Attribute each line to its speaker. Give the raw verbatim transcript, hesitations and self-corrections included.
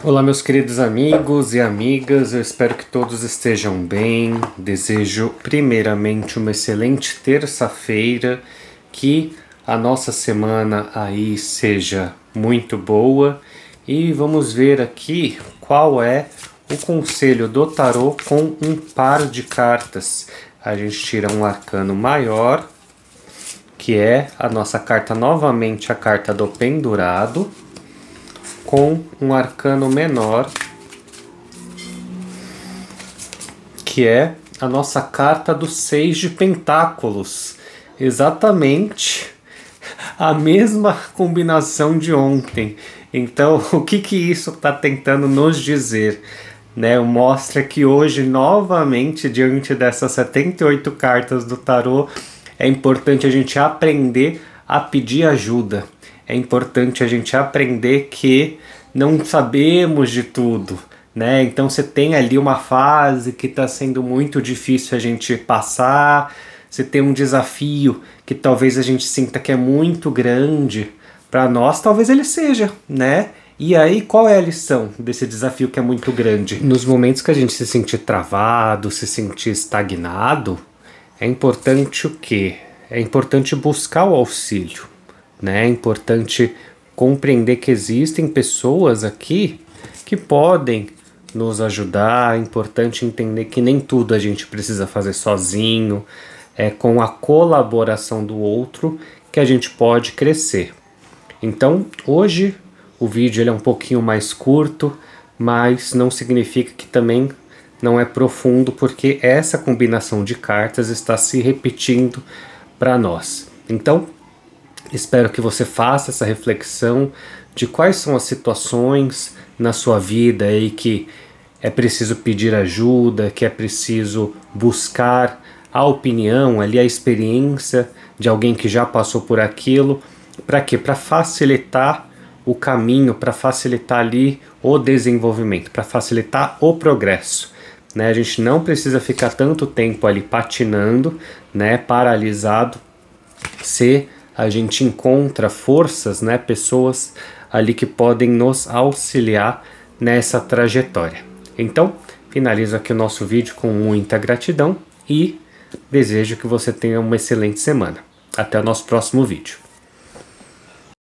Speaker 1: Olá, meus queridos amigos e amigas, eu espero que todos estejam bem. Desejo primeiramente uma excelente terça-feira, que a nossa semana aí seja muito boa e vamos ver aqui qual é o conselho do tarô com um par de cartas. A gente tira um arcano maior, que é a nossa carta, novamente a carta do pendurado, com um arcano menor, que é a nossa carta do seis de pentáculos. Exatamente a mesma combinação de ontem. Então, o que que isso está tentando nos dizer? Né? Mostra que hoje, novamente, diante dessas setenta e oito cartas do tarô, é importante a gente aprender a pedir ajuda. É importante a gente aprender que não sabemos de tudo, né? Então você tem ali uma fase que está sendo muito difícil a gente passar, você tem um desafio que talvez a gente sinta que é muito grande. Para nós, talvez ele seja, né? E aí, qual é a lição desse desafio que é muito grande? Nos momentos que a gente se sentir travado, se sentir estagnado, é importante o quê? É importante buscar o auxílio. Né? É importante compreender que existem pessoas aqui que podem nos ajudar. É importante entender que nem tudo a gente precisa fazer sozinho. É com a colaboração do outro que a gente pode crescer. Então, hoje o vídeo ele é um pouquinho mais curto, mas não significa que também não é profundo, porque essa combinação de cartas está se repetindo para nós. Então, espero que você faça essa reflexão de quais são as situações na sua vida aí que é preciso pedir ajuda, que é preciso buscar a opinião, ali a experiência de alguém que já passou por aquilo. Para quê? Para facilitar o caminho, para facilitar ali o desenvolvimento, para facilitar o progresso. Né? A gente não precisa ficar tanto tempo ali patinando, né, paralisado, se a gente encontra forças, né, pessoas ali que podem nos auxiliar nessa trajetória. Então, finalizo aqui o nosso vídeo com muita gratidão e desejo que você tenha uma excelente semana. Até o nosso próximo vídeo.